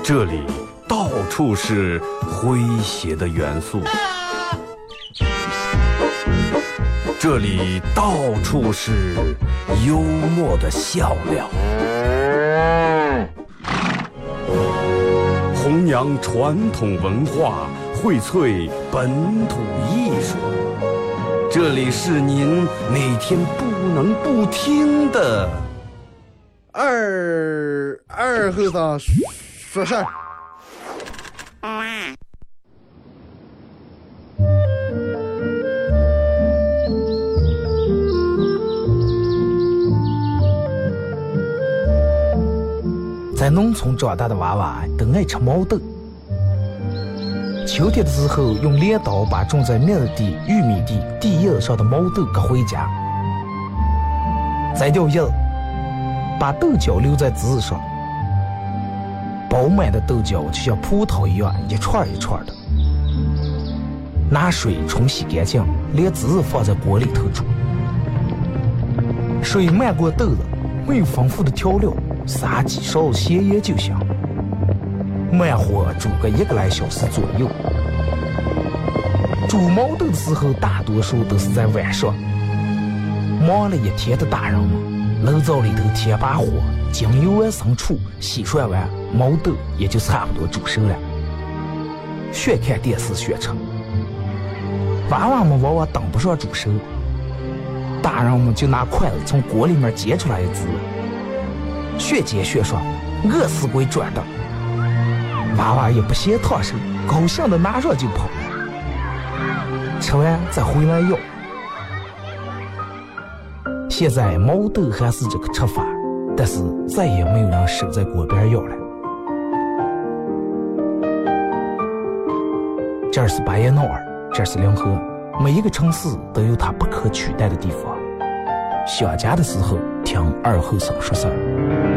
这里到处是诙谐的元素，这里到处是幽默的笑料，弘扬传统文化，荟萃本土艺术。这里是您每天不能不听的二后生说事儿。 在农村长大的娃娃都爱吃毛豆。秋天的时候，用镰刀把种在麦地、玉米地地叶上的毛豆割回家，摘掉叶，把豆角留在籽上。饱满的豆角就像葡萄一样，一串一串的。拿水冲洗干净，连籽放在锅里头煮。水漫过豆子，没有丰富的调料，撒几勺咸盐就行。慢火煮个1个来小时左右。煮毛豆的时候，大多数都是在晚上。忙了一天的大人们，炉灶里头添把火，将油完生出，洗涮完，毛豆也就差不多煮熟了。学看电视学吃，娃娃们往往等不上煮熟，大人们就拿筷子从锅里面夹出来一只，学煎学涮，饿死鬼转的。娃娃也不嫌烫手，高兴的拿上就跑，吃完再回来要。现在毛豆还是这个吃法，但是再也没有人守在锅边要了。这儿是巴彦淖尔，这儿是临河，每一个城市都有它不可取代的地方。想家的时候，听二后生说事儿。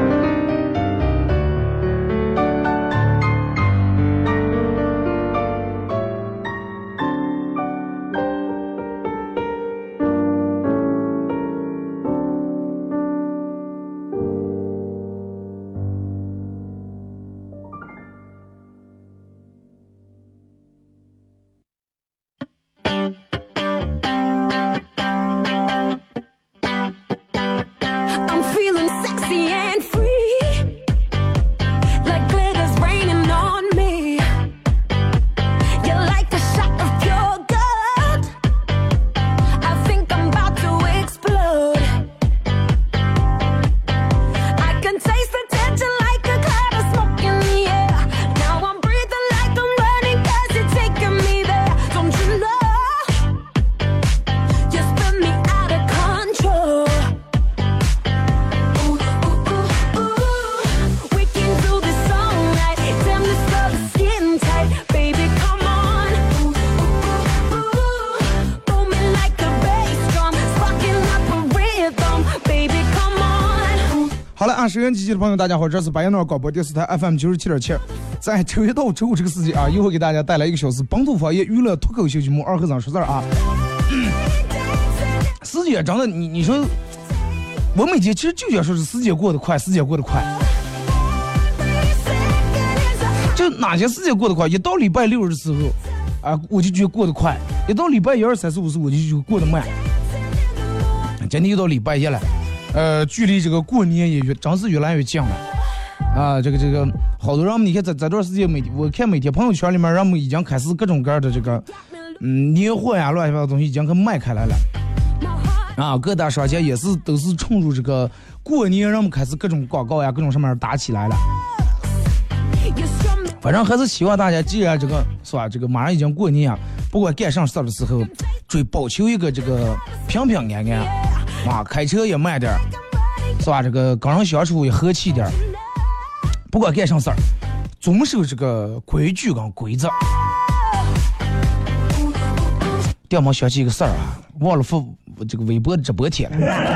收音机的朋友大家好，这是巴彦淖尔广播电视台 FM 97.7，在周一到周五这个时间啊，一会儿给大家带来1个小时本土方言娱乐脱口秀节目二和尚说事儿啊。时间真的，你说我每天其实就想说是时间过得快，时间过得快。就哪些时间过得快？一到礼拜6的时候啊，我就觉得过得快；一到礼拜1、2、3、4、5、6，我就觉得过得慢。今天又到礼拜1了。距离这个过年也真是越来越近了，啊，这个好多人们，你看这段时间我看每天朋友圈里面，人们已经开始各种各样的这个，年货呀乱七八糟的东西已经开始卖开来了，啊，各大商家也是都是冲入这个过年，人们开始各种广告呀，各种上面打起来了。反正还是希望大家，既然这个是吧，这个马上已经过年啊，不管干上事的时候，保求一个这个平平安安。啊，开车也慢点，是吧？这个跟人相处也和气点，不管干啥事儿，遵守这个规矩跟规则。电毛想起一个事儿啊，忘了发这个微博直播帖了。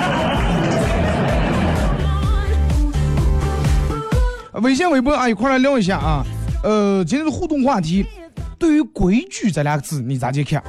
微信、微博啊，一块来聊一下啊。今天的互动话题，对于规矩这2个字，你咋去看？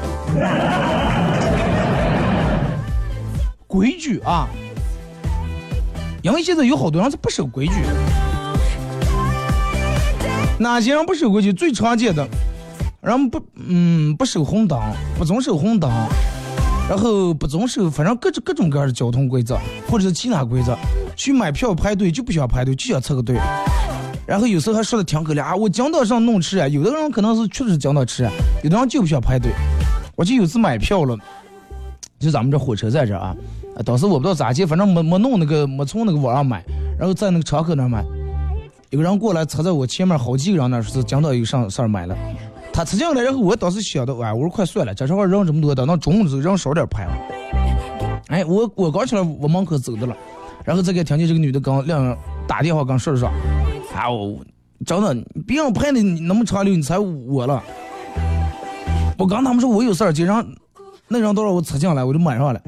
规矩啊，因为现在有好多人是不守规矩， 哪些人不守规矩？最常见的，然后不守红灯，不遵守红灯，然后不遵守反正各种各样的交通规则或者是其他规则，去买票排队就不想排队，就想凑个队。然后有时候还说的挺可怜啊，我讲道上弄吃啊，有的人可能是确实讲道吃啊，有的人就不想排队。我就有次买票了，就咱们这火车在这啊，当时我不知道咋接，反正没弄那个，没从那个网上买，然后在那个窗口那儿买，有个人过来插在我前面，好几个人那是讲道一个上买了，他插进来，然后我当时想的，哎，我说快算了，这时候人这么多，等到中午就人少点排了。哎，我刚起来往门口走的了，然后再给听见这个女的刚亮打电话刚说啊，我真的别让拍的你那么长溜，你才我了。我刚他们说我有事儿，就让那人都让我插进来，我就买上了。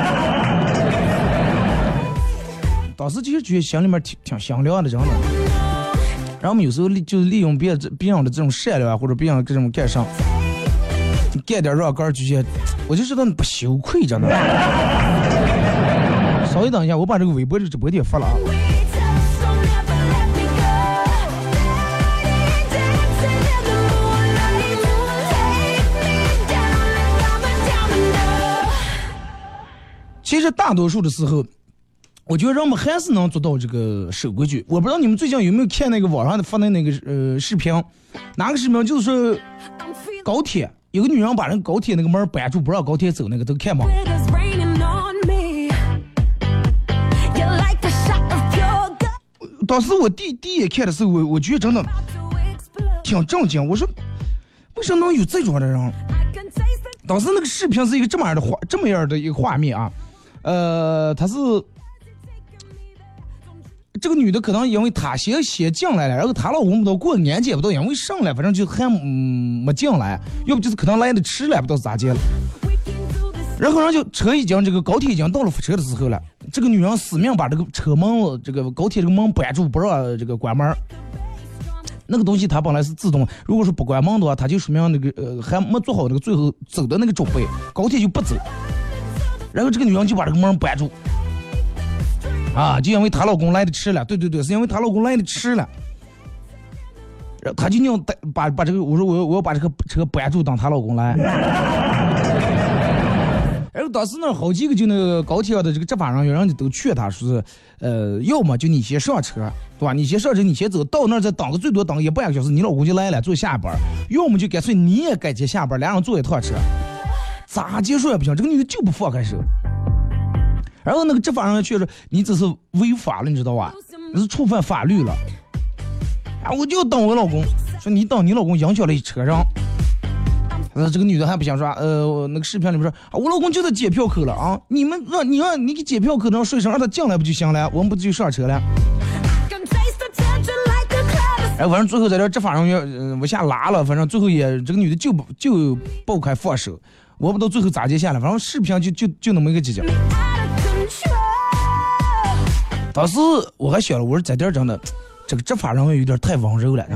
当时其实觉得心里面挺香亮的，真的。然后我们有时候就利用别人的这种善良啊，或者别人这种干上，干点软干，就些，我就知道你不羞愧，真的。稍微等一下，我把这个微博的直播点发了啊。其实大多数的时候，我觉得人们还是能做到这个守规矩。我不知道你们最近有没有看那个网上的发的那个视频，哪个视频就是说高铁有个女人把人高铁那个门绑住不让高铁走，那个都看吗？当时我第一眼看的时候，我觉得真的挺震惊。我说为什么能有这种的人？当时那个视频是一个这么样的一个画面啊，他是这个女的可能因为她先进来了，然后她老公不知道过年节不知道因为上来，反正就还没进来，要不就是可能来的迟了，不知道咋接了。然后就车已经这个高铁已经到了发车的时候了，这个女人死命把这个车门这个高铁这个门绑住，不让这个关门。那个东西它本来是自动，如果说不关门的话，它就说明那个还没做好那个最后走的那个准备，高铁就不走。然后这个女人就把这个门绑住，啊，就因为她老公来的迟了，对，是因为她老公来的迟了，然后她就要把这个，我说我要把这个车绑住，等她老公来。然后当时那好几个就那个高铁的这个执法人员，人家都劝他说是，要么就你先上车，对吧？你先上车，你先走，到那儿再等个最多等个1半个小时，你老公就来了，坐下班；要么就干脆你也赶紧下班，俩人坐一趟车，咋结束也不行。这个女的就不放开手。然后那个执法人员却说你这是违法了，你知道吧？你是触犯法律了。啊，我就等我老公，说你等你老公影响了一车上。这个女的还不想说，那个视频里面说，我老公就在检票口了啊！你让你给检票口让睡上，让他进来不就行了？我们不就上车了？哎，反正最后在这执法人员往下拉了，反正最后也这个女的就不开放手，我不知道最后咋接下来，反正视频就那么一个结局。当时我还想了，我说在这儿真的，这个执法人员有点太温柔了。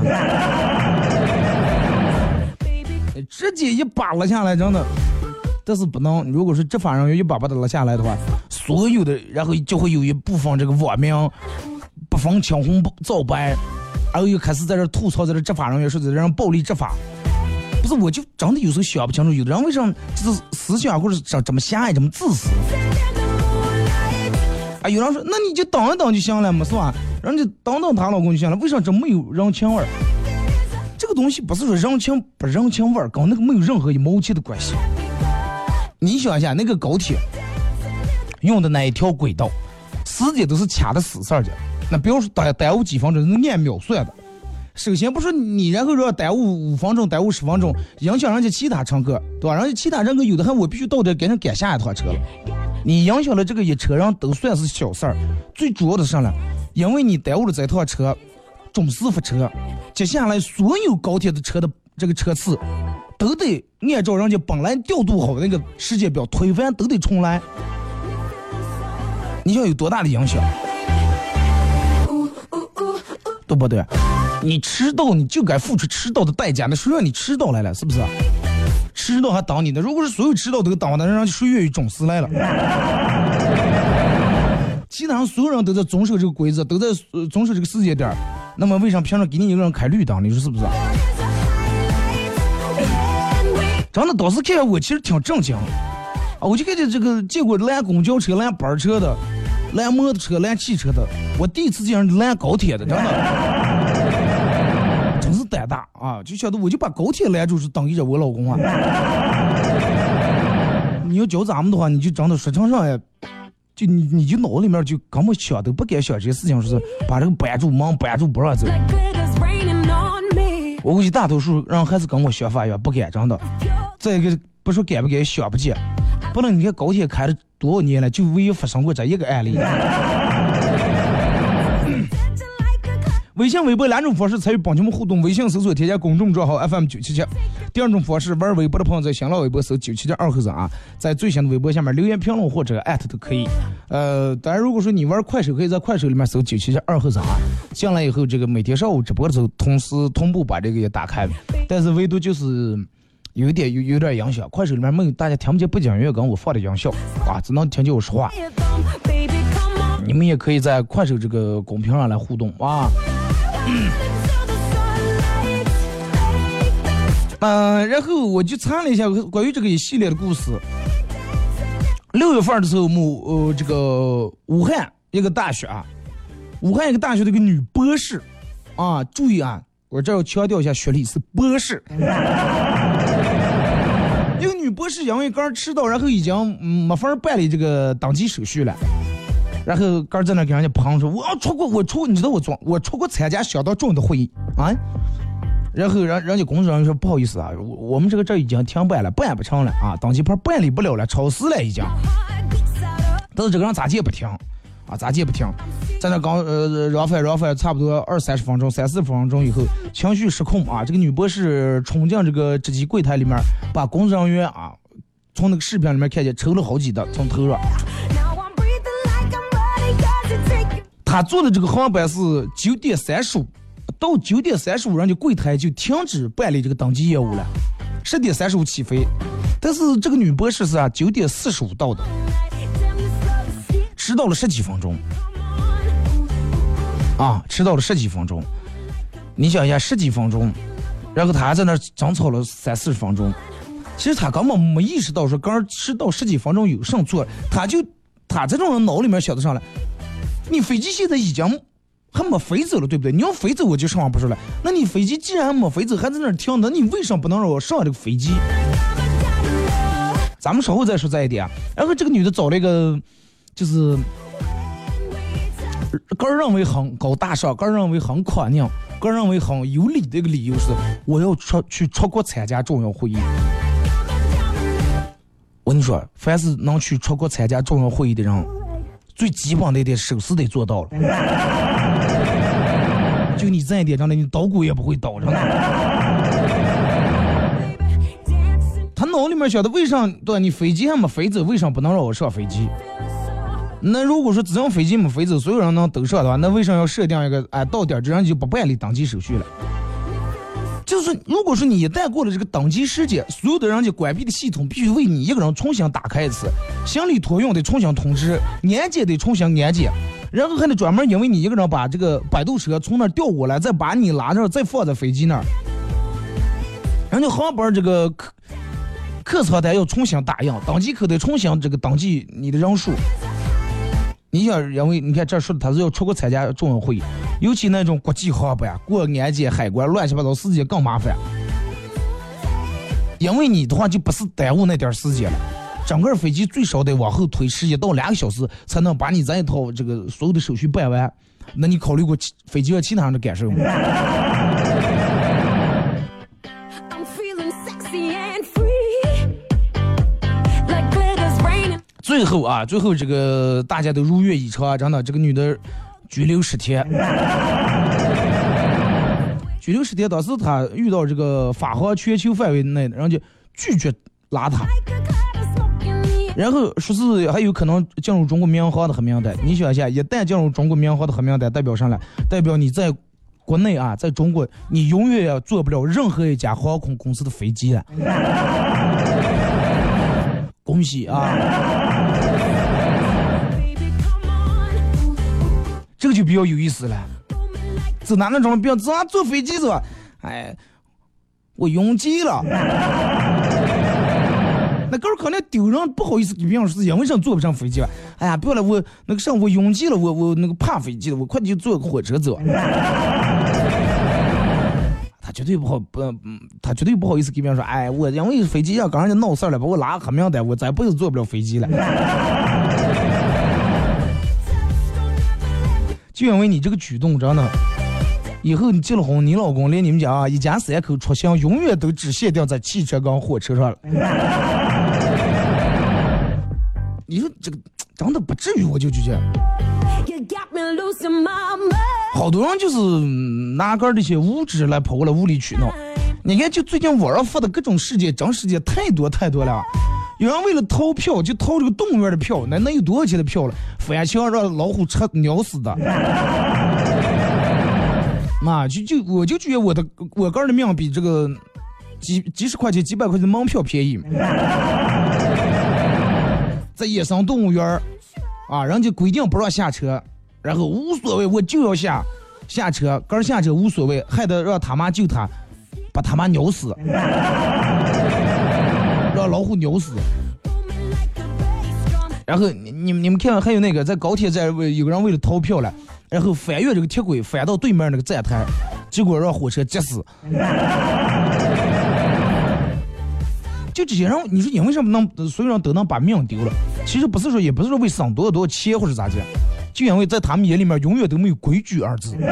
直接一把拉下来，真的，但是不能。如果是执法人员一把他拉下来的话，所有的然后就会有一部分这个网民不分青红皂白，然后又开始在这吐槽，在这执法人员说在这让暴力执法。不是，我就真的有时候想不清楚，有的人为什么就是思想或者这么狭隘，这么自私。啊，有人说那你就等一等就行了嘛，是吧？人家等她老公就行了，为啥这没有人情味？这个东西不是说人情不人情味儿，跟那个没有任何一毛钱的关系。你想一下，那个高铁用的那一条轨道，时间都是掐的死事儿的，那不要说耽误几分钟，是按秒算的。首先不是你，然后说耽误5分钟，耽误10分钟，影响人家其他乘客，对吧？人家其他乘客有的还我必须到这赶紧赶下一趟车了。你影响了这个一车人都算是小事儿，最主要的是了，因为你耽误了这趟车。准时发车，接下来所有高铁的车的这个车次都得按照人家本来调度好的那个时间表推翻，都得重来。你想有多大的影响，对不对？你迟到你就该付出迟到的代价，那谁让你迟到来了，是不是？迟到还等你的，如果是所有迟到都等的，那谁愿意准时来了？其他人所有人都在遵守这个规则，都在遵守这个时间点， 那么为啥凭着给你一个人开绿灯？你说是不是？真的，当时看我其实挺震惊啊！我就看见这个见过拦公交车、拦班车的、拦摩托车、拦汽车的，我第一次见人拦高铁的，真的，真是胆大啊！就晓得我就把高铁拦住是等意着我老公啊！你要教咱们的话，你就真的说成上呀，就你就脑里面就根本想都不敢想这些事情，就是把这个扳住门扳住不让走。我估计大多数人还是跟我想法一样，不敢，真的。再一个不说敢不敢，想不见。不能你看高铁开了多少年了，就唯一发生过这一个案例。微信、微博两种方式参与帮节目互动：微信搜索添加公众账号 FM977。第二种方式，玩微博的朋友在新浪微博搜977后3啊，在最新的微博下面留言评论或者艾特都可以。当然如果说你玩快手，可以在快手里面搜977后3啊。进来以后，这个每天上午直播的时候，同时同步把这个也打开，但是唯独就是有点影响。快手里面没有大家听不见背景音乐跟我放的音效啊，只能听见我说话。你们也可以在快手这个公屏上来互动啊。然后我就查了一下关于这个一系列的故事。6月份的时候，这个武汉一个大学啊，武汉一个大学的一个女博士啊，注意啊，我这要强调一下，学历是博士。一个女博士因为刚迟到，然后已经没法办理这个登记手续了。然后刚在那给人家旁说，我出过，你知道我出过参加相当重要的会议啊。然后人家工作人员说不好意思啊，我们这已经停办了，办不成了啊，登记牌办理不了了，超时了已经。但是这个人咋接不停啊，咋接不停，在那刚绕翻差不多20-30分钟，3-4分钟以后，情绪失控啊，这个女博士冲进这个值机柜台里面，把工作人员啊从那个视频里面看见抽了好几的从头上。他坐的这个航班是9点35，到9点35，人家柜台就停止办理这个登记业务了。10点35起飞，但是这个女博士是9点45到的，迟到了10几分钟。啊，迟到了10几分钟。你想一下，10几分钟，然后他还在那争吵了30-40分钟。其实他根本没意识到说刚迟到10几分钟有上错，他这种人脑里面想得上来。你飞机现在已经还没飞走了，对不对？你要飞走我就上不出来。那你飞机既然没飞走，还在那儿停，那你为什么不能让我上这个飞机？咱们稍后再说这一点。然后这个女的找了一个，就是个人认为很高大上，个人认为很宽宁，个人认为很有理的一个理由是，我要去出国参加重要会议。我跟你说，凡是能去出国参加重要会议的人，最基本的一点手势得做到了。就你这一点，真的你捣鼓也不会捣，真的。他脑里面想的，为啥对你飞机还没飞走，为啥不能让我上飞机？那如果说只要飞机没飞走，所有人能都上的话，那为啥要设定一个到点这人就不办理登记手续了？就是如果说你一旦过了这个登记时间，所有的人家关闭的系统必须为你一个人重新打开一次，行李托运得重新通知，年检得重新年检，然后还得专门因为你一个人把这个摆渡车从那儿调过来，再把你拉着再放在飞机那儿，人家航班这个客舱台要重新打印，登机口得重新这个登记你的人数。你想，因为你看这说的他是要出国参加重要会议，尤其那种国际航班过安检海关乱七八糟时间更麻烦，因为你的话就不是耽误那点时间了，整个飞机最少得往后推1到2个小时才能把你这一套这个所有的手续办完。那你考虑过飞机和其他人的感受吗？最后这个大家都如愿以偿啊！真的，这个女的拘留10天，拘留10天。当时她遇到这个法航全球范围内的，然后就拒绝拉她，然后说是还有可能进入中国民航的黑名单。你想一下，一旦进入中国民航的黑名单，代表上来，代表你在国内啊，在中国你永远也坐不了任何一家航空公司的飞机了。恭喜啊！这个就比较有意思了。 走哪种不要坐飞机是吧？哎，我拥挤了。那哥可能丢人不好意思给别人说，因为啥坐不上飞机吧？哎呀，不要了，我那个上我拥挤了，我那个怕飞机了，我快点坐个火车走。他绝对不好意思给别人说，哎，我因为飞机要跟人家闹事儿了，把我拉黑名单，我再不是坐不了飞机了。就因为你这个举动，真的，以后你结了婚，你老公连你们家一家3口出行，永远都只限定在汽车跟火车上了。你说这个真的不至于，我就觉得。好多人就是拿个这些物质来跑过来无理取闹。你看，就最近网上发的各种事件，真事件太多了。有人为了逃票，就逃这个动物园的票，那有多少钱的票了？翻墙让老虎咬死的。那我就觉得我个人的命比这个几十块钱、几百块钱的门票便宜。在野生动物园啊，人家规定不让下车，然后无所谓，我就要下车，刚下车无所谓，害得让他妈救他，把他妈咬死，让老虎咬死。然后你们看还有那个在高铁站有个人为了逃票了，然后翻越这个铁轨翻到对面那个站台，结果让火车挤死。就这些人，你说因为什么所有人都能把命丢了？其实不是说，也不是说为省多少钱或者咋的，就因为在他们眼里面永远都没有规矩二字。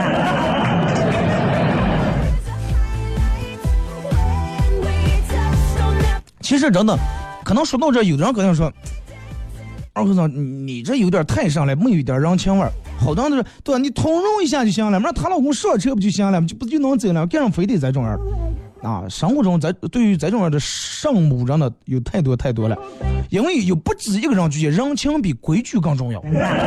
其实真的，可能说到这，有的人可能说，二和尚你这有点太上来，没有一点人情味儿。好多人都说，对吧？你通融一下就行了，她老公上车不就行了，就能走了，干上非得这种人。啊，生活中对于这种人的圣母真的有太多了，因为有不止一个人觉得人情比规矩更重要。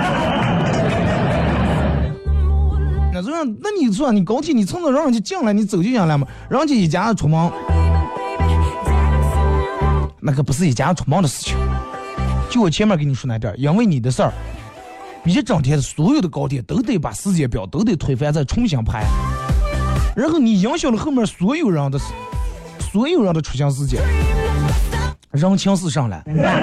那你说你高铁你从那让人家进来，你走就行了嘛？人家一家出门，那个不是一家出门的事情。就我前面跟你说那点，因为你的事儿，一整天所有的高铁都得把时间表都得推翻再重新排。然后你影响了后面所有人的出行时间，人情世上来。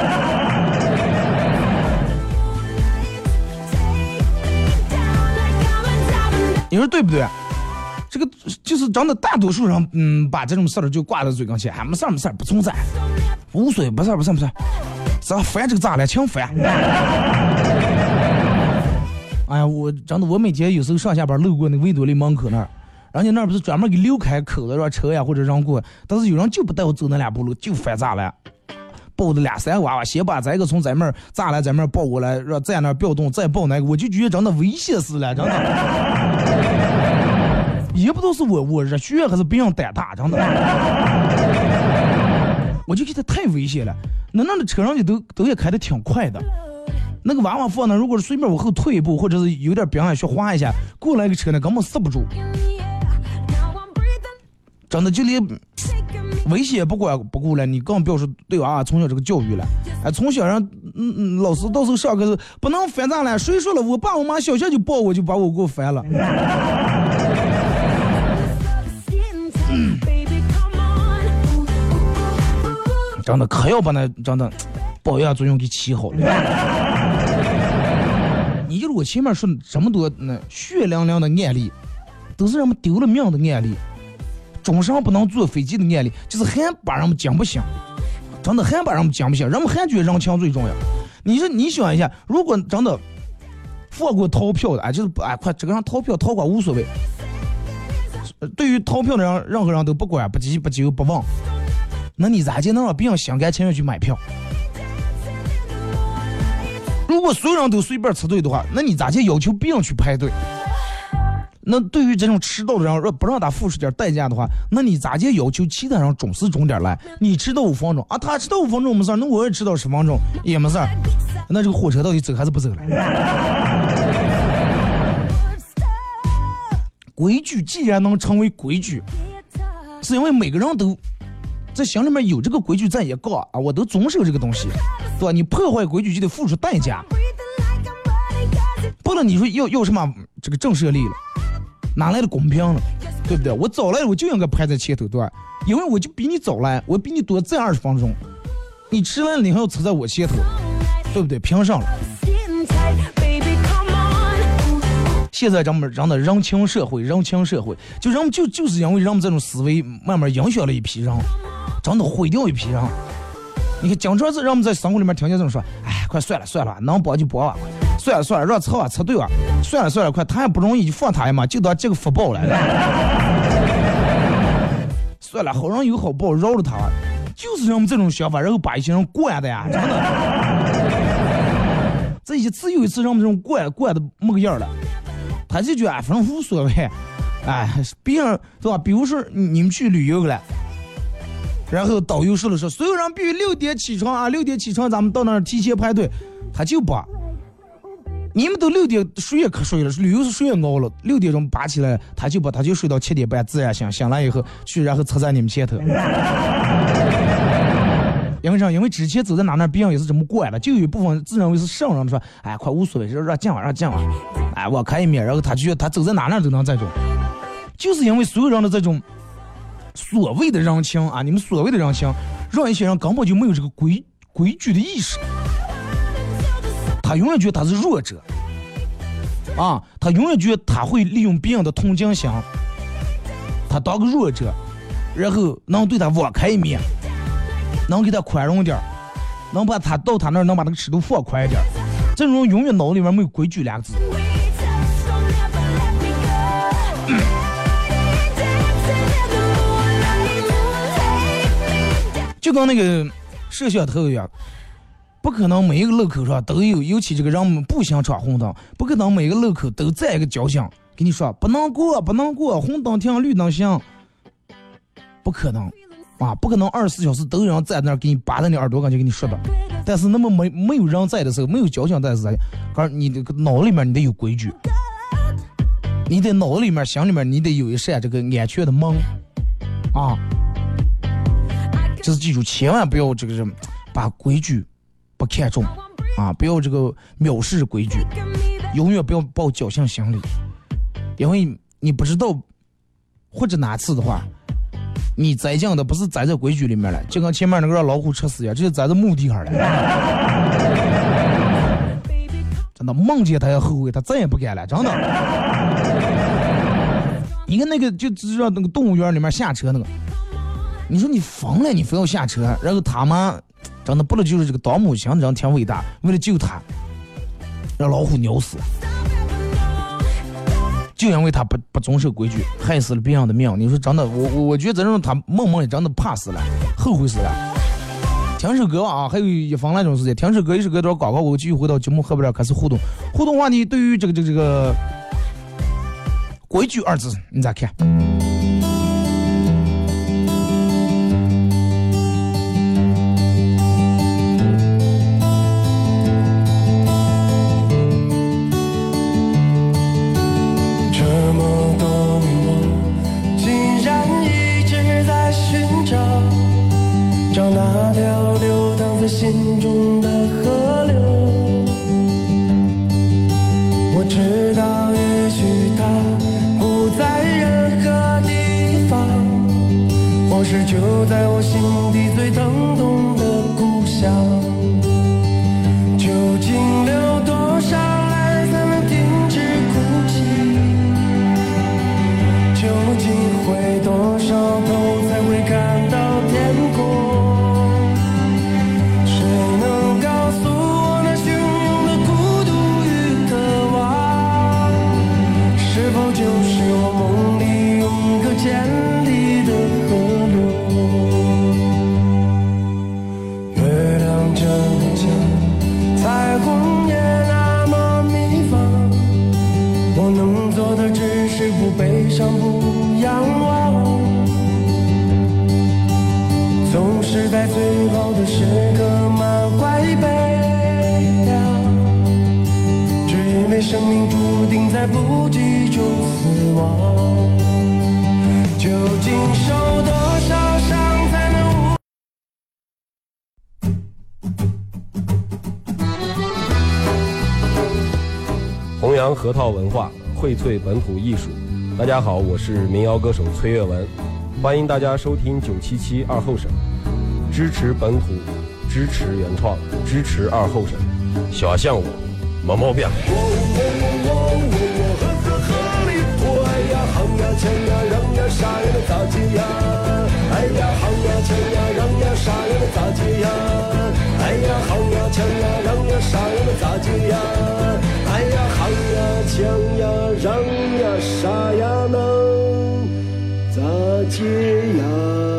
你说对不对？这个就是真的，大多数人把这种事儿就挂在嘴跟前，还没事儿，不存在，无所谓，不是，咋烦这个咋了？请烦。哎呀，我真的，我每天有时候上下班路过那个维多利门口那儿。人家那不是专门给留开口的让车呀或者让过，但是有人就不带我走那2步路，就翻咋了？抱的2、3个娃娃，先把这个从咱们咋了咱们抱过来，让在那调动，再抱那个，我就觉得真的危险死了，真的。也不知道是我热血还是别人胆大，真的。我就觉得太危险了。那的车上去都也开得挺快的。那个娃娃放那，如果是随便往后退一步，或者是有点冰雪滑一下，过来一个车呢，根本刹不住。真的就连危险不顾了，你更不要说对娃从小这个教育了。哎，从小让老师到时候上课不能翻咋了？谁说了？我爸我妈小学就抱我，就把我给我翻了。真的可要把那真的保养作用给起好了。你就是我前面说这么多血淋淋的案例，都是人们丢了命的案例。终身不能坐飞机的案例，就是还把人们讲不行，真的还把人们讲不行，人们还觉得人情最重要。你说你想一下，如果真的放过逃票的，就是快这个人逃票逃过无所谓，对于逃票的人任何人都不管不急不纠不问，那你咋就能让别人心甘情愿去买票？如果所有人都随便插队的话，那你咋就要求别人去排队？那对于这种迟到的人，不让他付出点代价的话，那你咋就要求其他人准时钟点来？你迟到5分钟啊，他迟到5分钟没事，那我也迟到10分钟也没事，那这个火车到底走还是不走了？规矩既然能成为规矩，是因为每个人都在心里面有这个规矩在也告啊，我都遵守这个东西，对吧？你破坏规矩就得付出代价，不然你说要什么这个震慑力了？ 哪来的公平呢？对不对？我早来我就应该排在前头，对吧？因为我就比你早来，我比你多站20分钟，你迟来了你还要车在我前头，对不对？凭上了。现在咱们人的人情社会，就人们就是因为人们这种思维慢慢影响了一批人，真的毁掉一批人。你看经常是人们在生活里面听见这种说，哎，快算了，能播就播吧，算了，让车车队啊，算了，快，他也不容易就放他嘛，就当这个福报来了。算了，好人有好报，饶了他，就是人们这种想法，然后把一些人惯的呀，真的。这一次又一次让我们这种惯的没个样了。他就觉得反正无所谓，哎，别人对吧？比如说你们去旅游了，然后导游说了所有人必须6点起床啊，6点起床，咱们到那儿提前排队，他就不。你们都6点睡也可睡了，旅游是睡也熬了，6点钟拔起来，他就睡到7点半，自然醒来以后去，然后车在你们前头。因为之前走在哪别人也是这么惯的，就有一部分自认为是圣人说，哎，快无所谓，让见吧，哎，我可以免，然后他就觉得他走在哪都能这种，就是因为所有人的这种所谓的人情啊，你们所谓的人情，让一些人根本就没有这个规矩的意识，他永远觉得他是弱者啊，他永远觉得他会利用别人的同情心，他当个弱者，然后能对他网开一面，能给他宽容点，能把他到他那儿能把那个尺度放宽一点，这种永远脑子里面没有规矩2个字。就跟那个摄像头一样，不可能每一个路口上都有，尤其这个人们不想闯红灯，不可能每个路口都在一个交警跟你说不能过，红灯停，绿灯行，不可能啊，不可能24小时都有人在那儿给你扒在你耳朵上就给你说的。但是那么没有人在的时候，没有交警在的时候，告诉你这个脑子里面你得有规矩，你得脑子里面心里面你得有一扇这个安全的门啊。就是记住，千万不要这个人把规矩不看重啊，不要这个藐视规矩，永远不要抱侥幸心理，因为你不知道或者哪次的话，你栽进的不是栽在规矩里面了，就跟前面那个让老虎吃死一样，这是栽在墓地上了。真的梦见他要后悔，他再也不敢了，真的。你看那个就知道那个动物园里面下车那个。你说你疯了，你非要下车，然后他妈真的不能就是这个当母亲，这样挺伟大，为了救他，让老虎咬死，就因为他不遵守规矩，害死了别人的命。你说真的，我觉得这种他梦也真的怕死了，后悔死了。听首歌啊，还有一分来钟时间，听首歌一首歌多少广告，我继续回到节目后边开始互动话题。对于这个规矩2字，你咋看？ 心中的河流，我知道也许它不在任何地方，或是就在我心底最疼痛的故乡。究竟流多少泪才能停止哭泣？究竟回多少头才会看到天空？就是我梦里永隔千里的河流，月亮这么强，彩虹也那么迷茫，我能做的只是不悲伤，不仰望，总是在最好的时刻满怀悲凉，只因为生命注定在不羁中死亡，究竟受多少伤才能弘扬核桃文化，荟萃本土艺术。 大家好，我是民谣歌手崔月文，欢迎大家收听977二后生，支持本土，支持原创，支持二后生，小象我没毛病。哼呀锵呀让呀杀呀那咋接呀？哎呀哼呀锵呀让呀杀呀那咋接呀？哎呀哼呀锵呀让呀杀呀那咋接呀？哎呀哼呀锵呀让呀杀呀能咋接呀？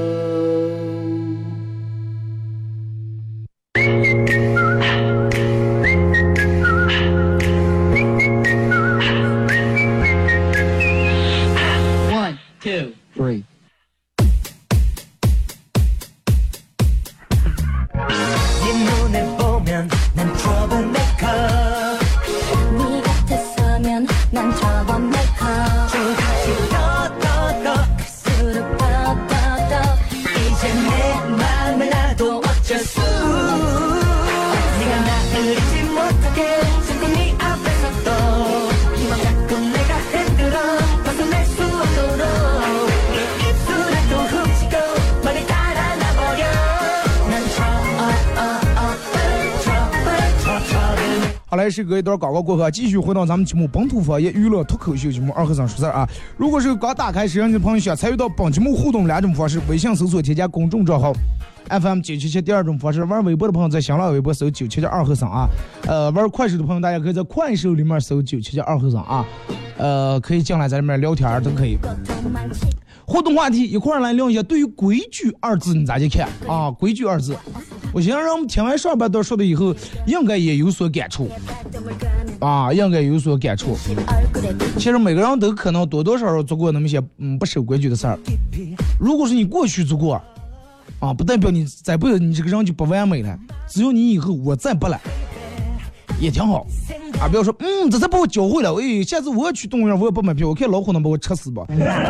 好来，是隔一段广告过后，继续回到咱们节目本土方言娱乐脱口秀节目二和尚说事儿啊。如果是刚打开摄像机的朋友，想参与到本节目互动两种方式：微信搜索添加公众账号 FM977；第二种方式，玩微博的朋友在新浪微博搜977二和尚啊。玩快手的朋友，大家可以在快手里面搜977二和尚啊。可以进来在里面聊天都可以。互动话题一块儿来聊一下，对于规矩二字你咋去看啊？规矩二字，我想让我们听完上半段说的以后，应该也有所感触啊，应该有所感触。其实每个人都可能多多少少做过那么些不守规矩的事儿。如果是你过去做过啊，不代表你再不你这个人就不完美了。只有你以后我再不来，也挺好啊。不要说这才把我教会了，哎，下次我要去动物园我也不买票，我看老虎能把我吃死吧。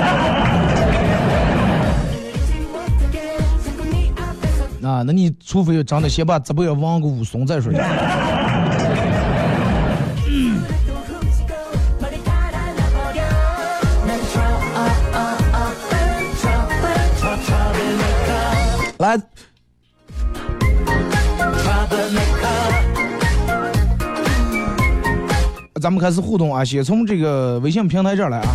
啊，那你除非真的先把这辈子忘个武松再说。来，咱们开始互动啊，先从这个微信平台这儿来啊。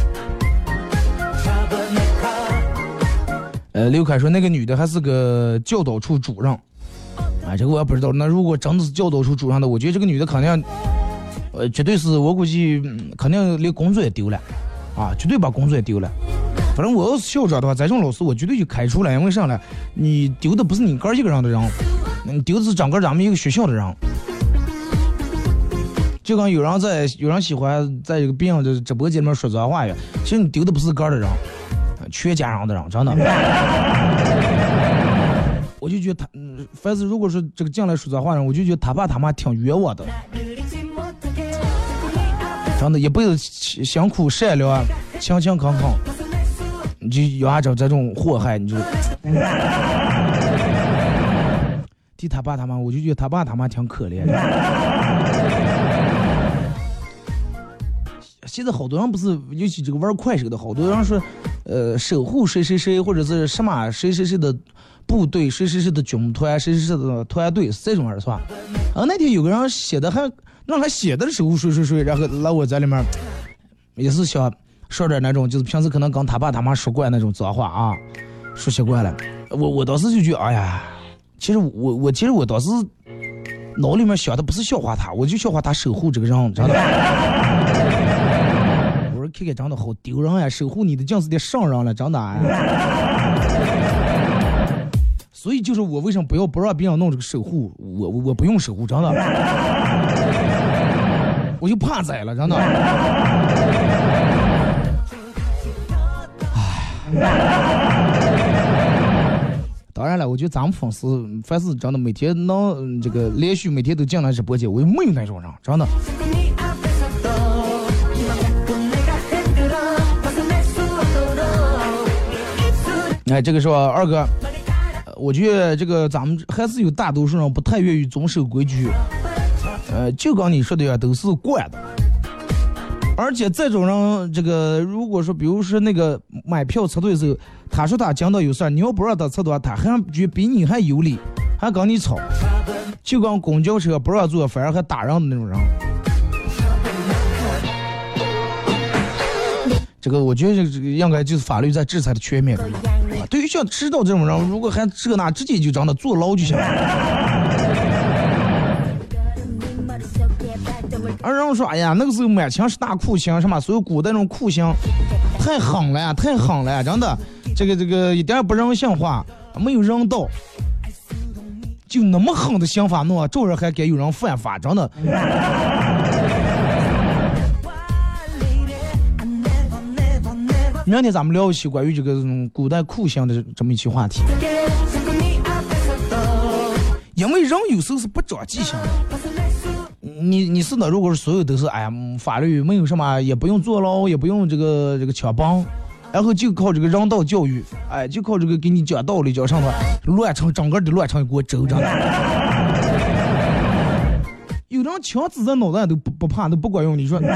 刘凯说那个女的还是个教导处主任，啊，这个我也不知道。那如果真的是教导处主任的，我觉得这个女的肯定，绝对是我估计肯定连工作也丢了，啊，绝对把工作也丢了。反正我要是校长的话，这种老师我绝对就开除了，因为啥呢？你丢的不是你个一个人的人，你丢的是整个咱们一个学校的人。就跟有人喜欢在这个别人的直播间里面说脏话呀，其实你丢的不是个的人。全家人的人，真的，我就觉得他，凡是如果是这个进来说这话人，我就觉得他爸他妈挺冤枉的，真的，一辈子辛苦善良，勤勤恳恳，你就要找这种祸害，你就替他爸他妈，我就觉得他爸他妈挺可怜的。现在好多人不是，尤其这个玩快手的，好多人说，守护谁谁谁，或者是什么谁谁谁的部队，谁谁谁的军团，谁谁谁的团队，是这种人是吧？然后那天有个人写的还让他写的守护谁谁谁，然后来我在里面也是想说点那种，就是平时可能跟他爸他妈说惯那种脏话啊，说习惯了。我当时就觉得，哎呀，其实我当时脑里面想的不是笑话他，我就笑话他守护这个人，真的。看看长得好丢人呀！守护你的将是得上人了，长得呀。所以就是我为什么不让别人弄这个守护，我不用守护，真的，我就怕宰了，真的。当然了，我觉得咱们粉丝凡是真的每天能这个连续每天都进来直播间，我就没有那种人，真的。哎，这个是吧，二哥，我觉得这个咱们还是有大多数人不太愿意遵守规矩，就刚你说的呀，都是惯的。 而且这种人，这个如果说，比如说那个买票插队的时候，他说他讲到有事儿，你要不让他插队，他还觉比你还有理，还跟你吵，就跟公交车不让坐，反而还打人的那种人。这个我觉得这个应该就是法律在制裁的全面。对于像知道这种人，如果还这那，直接就让他坐牢就行了。而人说，哎呀，那个时候满清十大酷刑什么，所有古代那种酷刑太狠了呀，太狠了呀，真的，这个一点也不人性化，没有人道，就那么狠的刑法弄，照样还该有人犯法，真的。明天咱们聊一期关于这个古代酷刑的这么一期话题，因为人有时候是不长记性的。你是的，如果是所有都是哎呀，法律没有什么，也不用坐牢，也不用这个枪绑，然后就靠这个人道教育，哎，就靠这个给你讲道理，讲上头乱成整个的乱成一锅粥，真的。有人枪指在脑袋都不怕，都不管用，你说。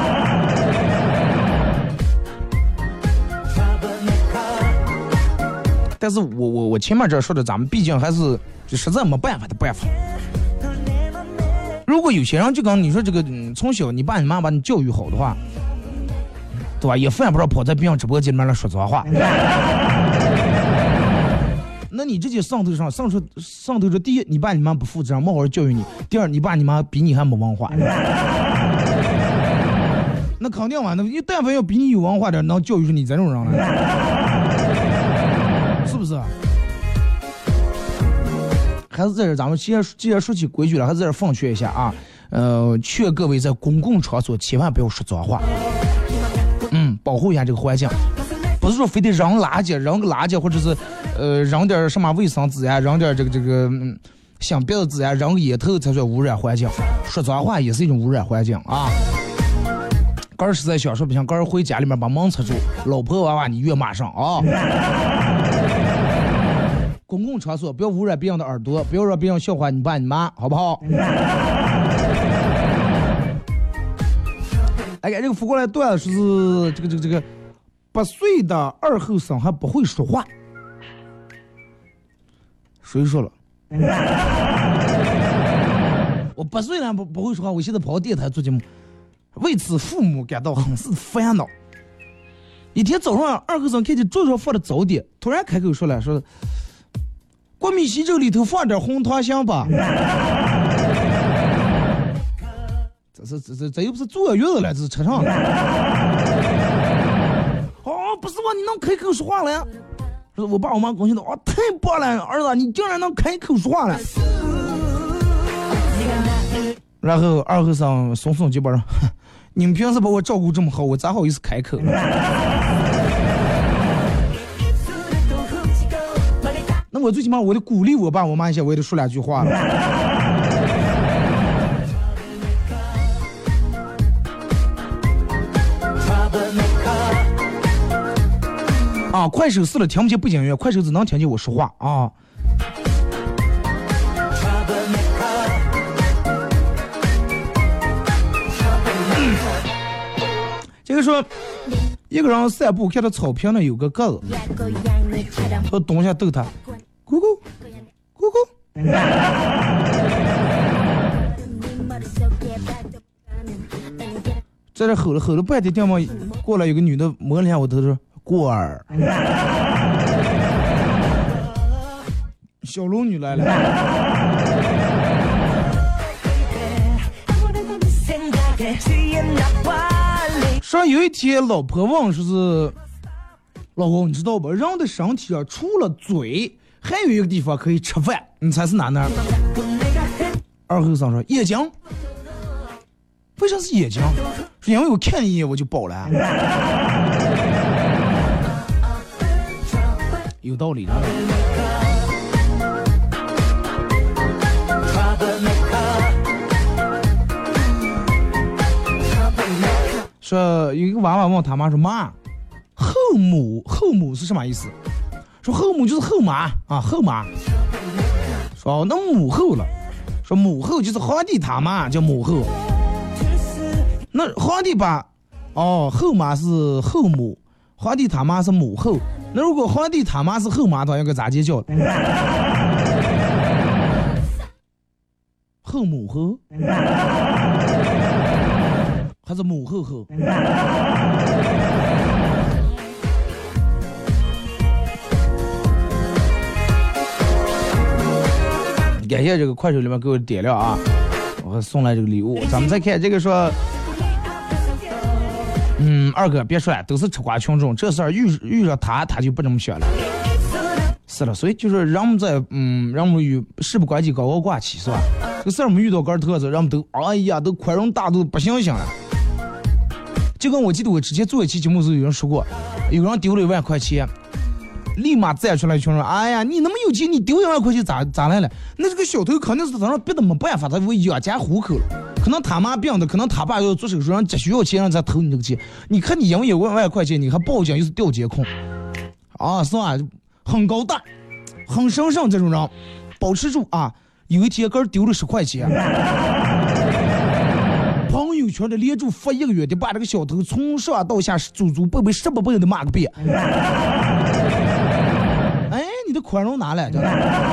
但是我前面这说的，咱们毕竟还是就实在没办法的办法。如果有些人就跟你说这个，从小你爸你妈把你教育好的话，对吧？也犯不着跑在别人直播间里面来说脏话。那你直接上头说，第一，你爸你妈不负责任，没好好教育你；第二，你爸你妈比你还没文化。那肯定嘛，那你但凡要比你有文化点，能教育出你这种人来，是不是？还是在这，咱们既然说起规矩了，还是在这奉劝一下啊，劝各位在公共场所千万不要说脏话，保护一下这个环境，不是说非得扔垃圾，或者是扔点什么卫生纸呀，扔点这个想别的纸呀，扔烟头才算污染环境，说脏话也是一种污染环境啊。刚实在想说不行，刚回家里面把门插住，老婆娃娃你越骂上啊。公共场所不要污染别人的耳朵，不要让别人笑话你爸你妈，好不好？哎呀，这个扶过来段是这个8岁的二后生还不会说话，谁说了？我8岁了不会说话，我现在跑电台做节目，为此父母感到很是烦恼。一天早上，二后生看见桌上放的早点，突然开口说了，说过米稀粥里头放点红糖香吧。这又不是坐月子了，这是车上了。哦，不是我，你能开口说话了呀？我爸我妈高兴的，哦，太棒了，儿子，你竟然能开口说话了。然后二后生耸耸肩膀说：“你们平时把我照顾这么好，我咋好意思开口？”那我最起码我得鼓励我爸我妈一下，我也得说两句话了。啊，快手试了听不见背景音乐，快手只能听见我说话啊。这个说一个人散步看到草坪上有个鸽子，他蹲下逗他，咕咕咕咕。在这吼了半天，电话过来有个女的摸了一下我头说过儿，小龙女来了。说有一天老婆问说是老公，你知道吧，人的身体上除了嘴还有一个地方可以吃饭，你猜是哪呢？二后生说眼睛。为啥是眼睛？是因为我看一眼我就饱了。有道理的。说有一个娃娃问他妈说妈，后母是什么意思？说后母就是后妈啊，后妈。说那母后了，说母后就是皇帝他妈叫母后。那皇帝把哦，后妈是后母，皇帝他妈是母后。那如果皇帝他妈是后妈的话，应该咋接叫？后母后，还是母后后？感谢这个快手里面给我点亮啊，我送来这个礼物。咱们再看这个说，二哥别说了，都是吃瓜群众，这事儿遇上他就不这么选了。是了，所以就是让我们在让我们与事不关己高高挂起，是吧？这个事儿我们遇到个特子，让我们都哎呀都宽容大度不相信了。就跟我记得我之前做一期节目的时候，有人说过，有人丢了1万块钱。立马站出来群说：“哎呀，你那么有钱，你丢1万块钱咋来了？那这个小偷肯定是他让逼的没办法，他为养家糊口了。可能他妈病的，可能他爸要做手术，让急需要钱让他偷你这个钱。你看你因为有1万块钱，你还报警又是调监控，啊，是吧？很高大，很神圣这种人，保持住啊！有一天哥丢了10块钱，朋友圈的连住发1个月的，把这个小偷从上到下祖辈10倍的骂个遍。”你的宽容拿来的。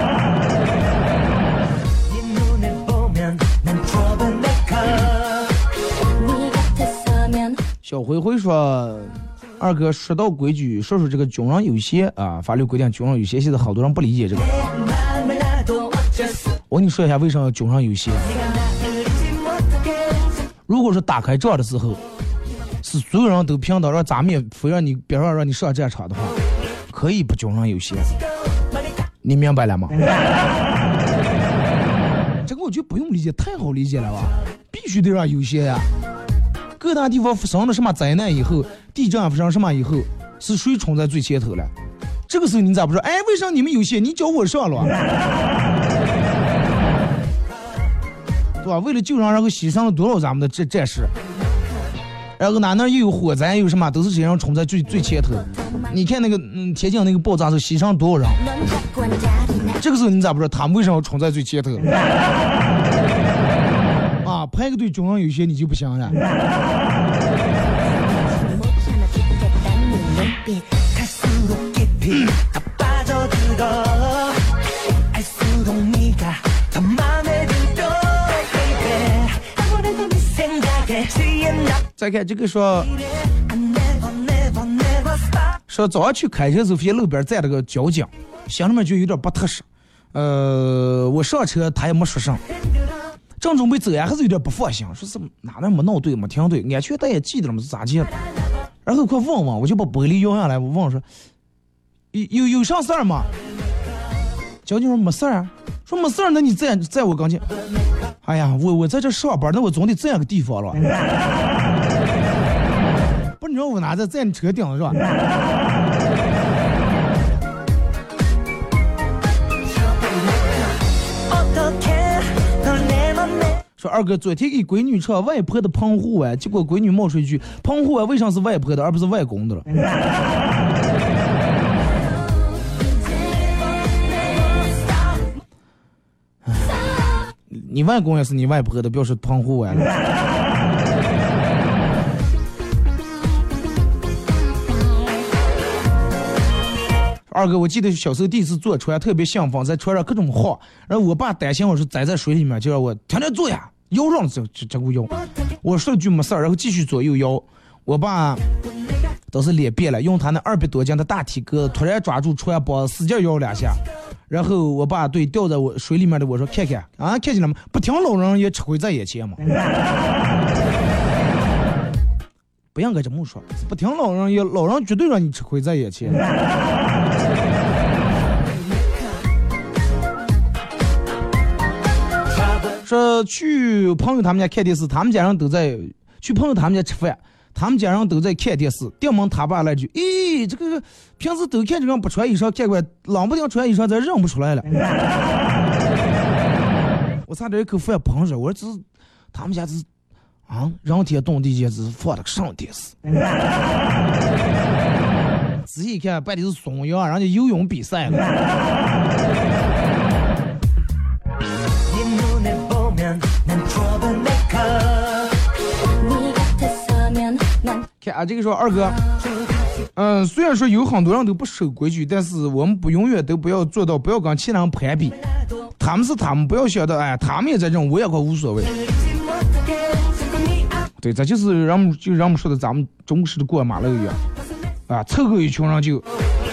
小灰灰说：“二哥，说到规矩，说这个军人有些啊，法律规定军人有些，现在好多人不理解这个。我跟你说一下，为什么军人有些？如果是打开仗的时候，是所有人都平等，让咱们也非让你别让你上战场的话，可以不军人有些。”你明白了吗？这个我觉得不用理解，太好理解了吧？必须得让有些呀。各大地方发生了什么灾难以后，地震发生什么以后，是谁冲在最前头了？这个时候你咋不说？哎，为啥你们有些你叫我上了？对吧？为了救人，然后牺牲了多少咱们的战士？然后哪又有火灾，有什么都是这样冲在最前头。你看那个天津那个爆炸是牺牲多少人？这个时候你咋不知道他们为什么要冲在最前头？啊，排个队军人有些你就不行了。再看这个说早上去开车的时候，发现路边站了个交警，心里面就有点不踏实。我上车他也没说上，正准备走呀，还是有点不放心，说是哪没闹对没停对，安全带也系的了吗？是咋系的？然后快问问，我就把玻璃摇下来，我问说有啥事儿吗？交警说没事儿啊，说没事儿，那你在我跟前。哎呀，我在这上班，那我总得这样个地方了。不是你说我拿在你车顶是吧？说二哥昨天给闺女唱外婆的澎湖湾，结果闺女冒出一句：澎湖湾为啥是外婆的而不是外公的了？你外公也是你外婆的，不要说澎湖湾了。二哥，我记得小时候第一次坐船，特别兴奋，在船上各种晃，然后我爸担心我是栽在水里面，就让我天天坐呀，摇上这股摇。我说了句没事儿，然后继续左右摇。我爸都是脸变了，用他那200多斤的大体格突然抓住船帮使劲摇2下，然后我爸对掉在我水里面的我说：“看看啊，看见了吗？不听老人也吃亏在眼前嘛。”不应该这么说，不听老人也老人绝对让你吃亏在眼前。说去朋友他们家看电视，他们家人都在去朋友他们家吃饭，他们家人都在看电视。电门他爸来句：“咦，这个平时都看这个不穿衣裳，看过冷不丁穿衣裳，咱认不出来了。”我差点一口饭喷上，我说这是他们家这是啊，人天动地间只是放了个上电视。仔细看，办的是松阳，人家游泳比赛了。 啊，这个说二哥，虽然说有很多人都不守规矩，但是我们永远都不要做到不要跟其他人攀比。他们是他们，不要想到哎，他们也在这种，我也可无所谓。对，这就是人们说的咱们中国式的过马路一样啊，凑够一群人就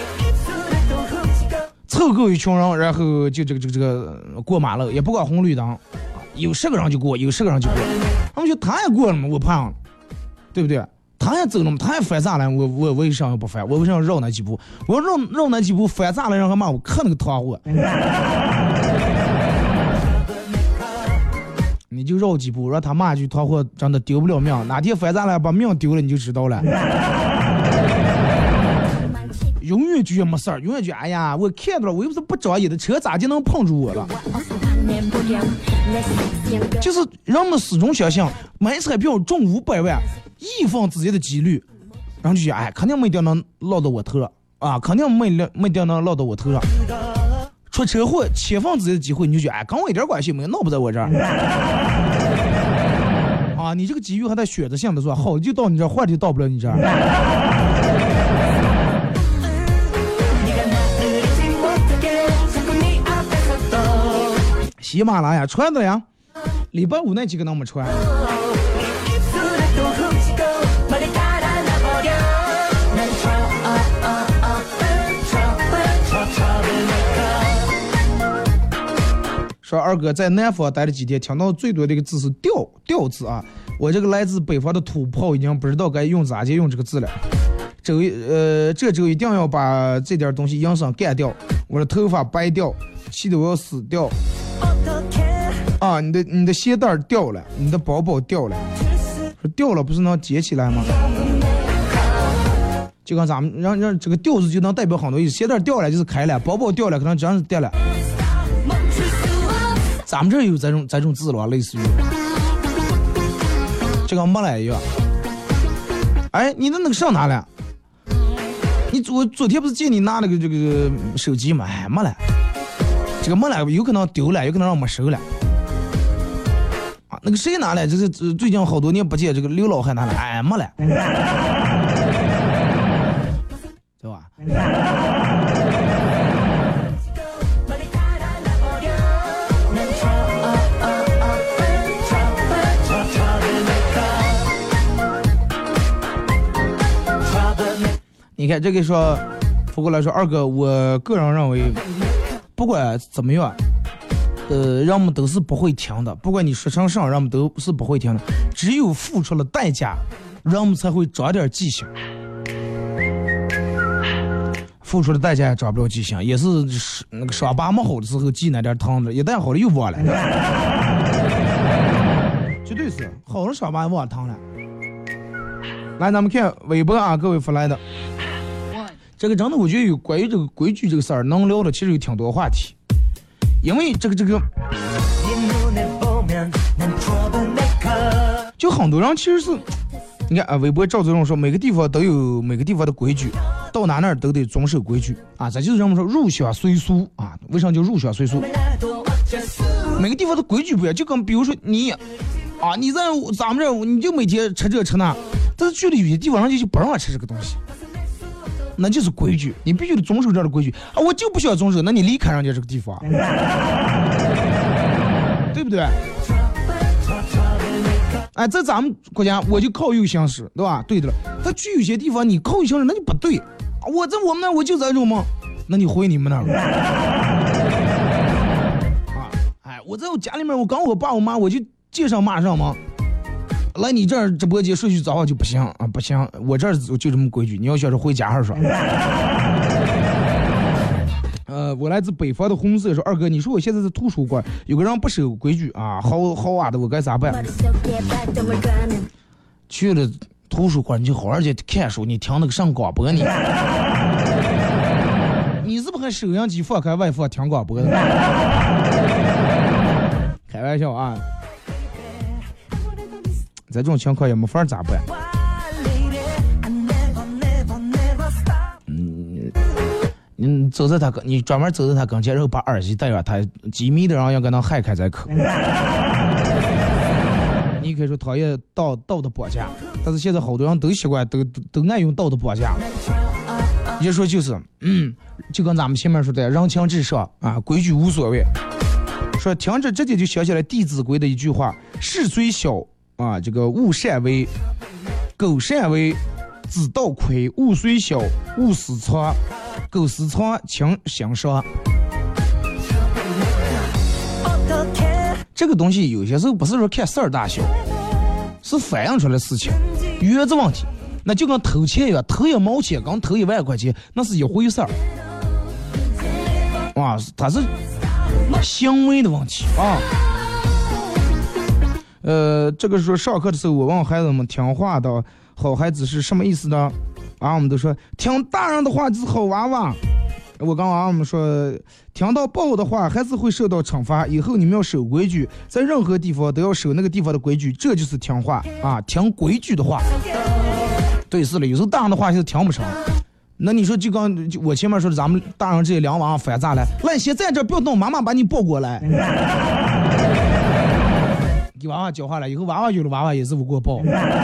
凑够一群人，然后就这个过马路，也不管红绿灯，有10个人就过，有10个人就过。他们说他也过了嘛，我怕，对不对？他也走了嘛，他也翻栅栏，我为啥要不翻？我为啥要绕那几步？我要绕那几步翻栅栏，让他骂我看那个团伙。你就绕几步，让他骂句团伙，真的丢不了命。哪天翻栅栏把命丢了，你就知道了。永远觉得没事儿，永远觉得哎呀，我看到了，我又不是不长眼的车，咋就能碰住我了？就是人们始终相信买彩票中500万，1分之一的几率，然后就觉得哎，肯定没一定能落到我头上啊，肯定没一定能落到我头上。出车祸7分之一的机会，你就觉得哎，跟我一点关系没有，闹不在我这儿。啊，你这个机遇还在选择性的说，好就到你这儿，坏就到不了你这儿。喜马拉雅穿的呀，礼拜5那几个能没穿？说二哥在南方待了几天，听到最多的一个字是调字啊！我这个来自北方的土炮已经不知道该用咋接用这个字了。这周一定要把这点东西硬上干掉，我的头发白掉，气得我要死掉。啊，你的鞋带掉了，你的包包掉了，说掉了不是能接起来吗？就跟咱们让这个掉字就能代表很多意思，鞋带掉了就是开了，包包掉了可能真是掉了。咱们这有这种字了，类似于就跟没来一样。哎，你的那个上哪了？我昨天不是借你拿了个这个手机吗？哎，没了。这个没了，有可能丢了，有可能让没收了。啊，那个谁拿了？这是最近好多年不见，这个刘老汉拿了，哎，没了，对吧？你看这个说，不过来说，二哥，我个人认为，不管怎么样，人们都是不会停的。不管你说成啥，人们都是不会停的。只有付出了代价，人们才会长点记性。付出的代价也长不了记性，也是那个伤疤没好的时候记那点疼的，一旦好了又忘了。绝对是好了伤疤忘疼了。来，咱们看微博啊，各位发来的。这个真的，我觉得有关于这个规矩这个事儿，能聊的其实有挺多话题。因为这个，就很多人其实是，你看啊，微博赵子龙说，每个地方都有每个地方的规矩，到哪儿都得遵守规矩啊。这就是人们说入乡随俗啊。为啥叫入乡随俗？每个地方的规矩不一样，就跟比如说你啊，你在咱们这儿你就每天吃这吃那，但是去了有些地方人家就不让我吃这个东西。那就是规矩，你必须得遵守这样的规矩啊！我就不需要遵守，那你离开人家这个地方，对不对？哎，在咱们国家，我就靠右行驶，对吧？对的了。他去有些地方，你靠右行驶，那就不对。我在我们那儿，我就在这吗？那你回你们那儿了。啊，哎，我在我家里面，我刚我爸我妈，我就街上骂上吗？来你这儿直播间说句脏话就不行啊，不行，我这儿就这么规矩，你要想是回家还是说？我来自北方的红色说，二哥，你说我现在在图书馆，有个人不守规矩啊，好啊的，我该咋办？去了图书馆你就好好去看书，你听那个上广播你是不是还收音机放开外放听广播的？开玩笑啊。在这种情况也没法咋办。走在他你专门走在他跟前，然后把耳机戴上，他机密的人要跟他害开再可。你可以说讨厌道德绑架，但是现在好多人都习惯都爱用道德绑架了。也说就是，就跟咱们前面说的人情至上啊，规矩无所谓。说听着直接就想起来《弟子规》的一句话：事虽小啊，这个勿擅为，苟擅为，子道亏；物虽小，勿私藏，苟私藏，情相伤。这个东西有些时候不是说看事儿大小，是反映出来的事情，原则问题。那就跟偷钱一样，偷1毛钱跟偷1万块钱那是一回事儿，啊，它是行为的问题啊。这个时候上课的时候，我问孩子们听话的好孩子是什么意思呢？啊，我们都说听大人的话就是好娃娃。我跟娃娃们说，听到不好的话还是会受到惩罚，以后你们要守规矩，在任何地方都要守那个地方的规矩，这就是听话啊，听规矩的话。对，是了，有时候大人的话就是听不成。那你说就刚我前面说的，咱们大人这些两娃娃反咋了？来，先在这不要动，妈妈把你抱过来。给娃娃教化了，以后娃娃有了娃娃也是不给我抱。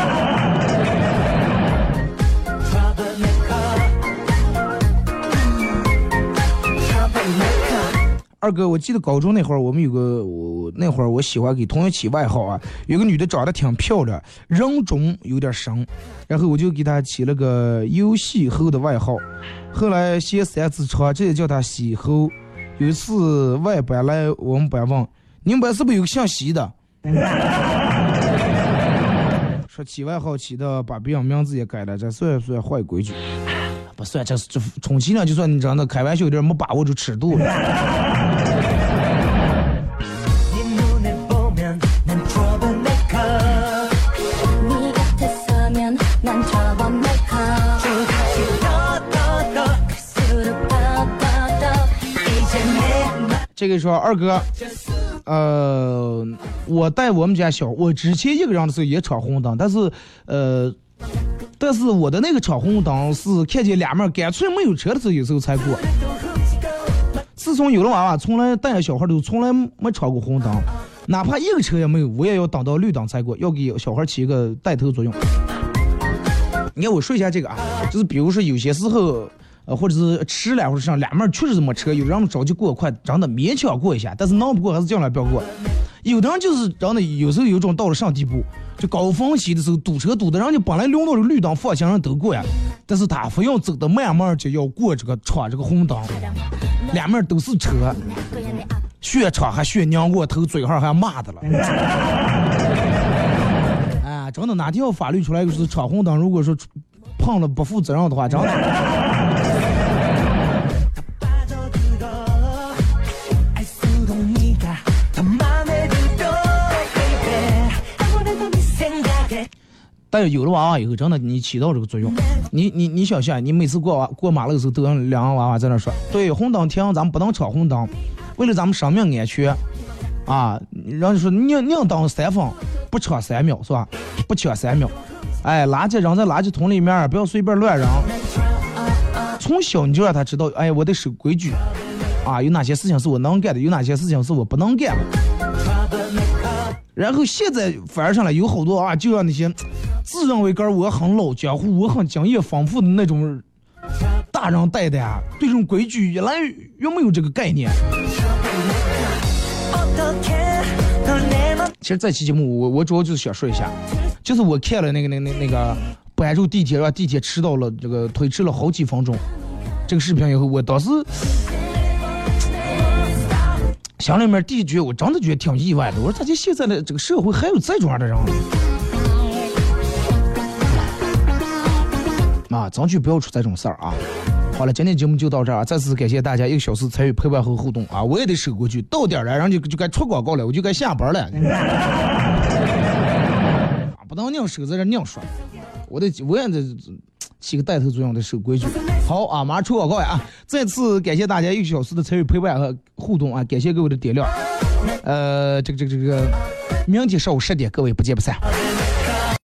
二哥，我记得高中那会儿，我们有个那会儿我喜欢给同学起外号啊，有个女的长得挺漂亮，人中有点神，然后我就给她起了个游戏后的外号，后来写3字长，这也叫她喜后。有一次外班来我们班问，你们班是不是有个姓喜的？说起外号起的把别人名字也改了，这算不算坏规矩？不算，这充其量就算你长得开玩笑有点没把握住尺度了。这个说二哥，我带我们家我之前一个人的时候也闯红灯，但是我的那个闯红灯是看见俩门干脆没有车的时候有时候才过。自从有了娃娃，从来带小孩都从来没闯过红灯，哪怕一个车也没有，我也要等到绿灯才过，要给小孩起一个带头作用。你看我说一下这个啊，就是比如说有些时候或者是迟了或者上俩门确实没车，有人着急过快，真的勉强过一下，但是闹不过还是尽量不要过。有的人就是真的有时候有种到了上地步，就高峰期的时候堵车堵的人家本来溜到这个绿灯放行人都过呀，但是他非要走的慢慢就要过这个闯这个红灯，两面都是车，血闯还血娘过头，嘴号还骂的了。哎，真的哪天要法律出来就是闯红灯，如果说碰了不负责任的话，真的。但是有了娃娃以后，真的你起到这个作用。你想想，你每次过马路的时候，都有两个娃娃在那说：“对，红灯停，咱们不能闯红灯，为了咱们生命安全啊！”然后就说宁等3分，不抢3秒，是吧？不抢3秒。哎，垃圾扔在垃圾桶里面，不要随便乱扔。从小你就让他知道，哎，我得守规矩啊！有哪些事情是我能干的，有哪些事情是我不能干的。然后现在反而上来有好多啊，就让那些自认为我很老江湖，我很经验丰富的那种大人带的啊，对这种规矩越来越没有这个概念。其实这期节目我主要就是想说一下，就是我看了那个搬入地铁让地铁迟到了，这个推迟了好几分钟这个视频以后，我当时想里面第一句我真的觉得挺意外的，我说咱现在的这个社会还有这种样的人啊，争取不要出这种事儿啊。好了，今天节目就到这儿，再次感谢大家1个小时参与陪伴和互动啊！我也得守过去，到点了，然后就该出广告了，我就该下班了。不能硬守在这硬说，我也得起个带头作用，得守规矩。好啊，马上出广告呀！再次感谢大家1个小时的参与陪伴和互动啊！感谢各位的点亮。这个，明天上午10点，各位不见不散。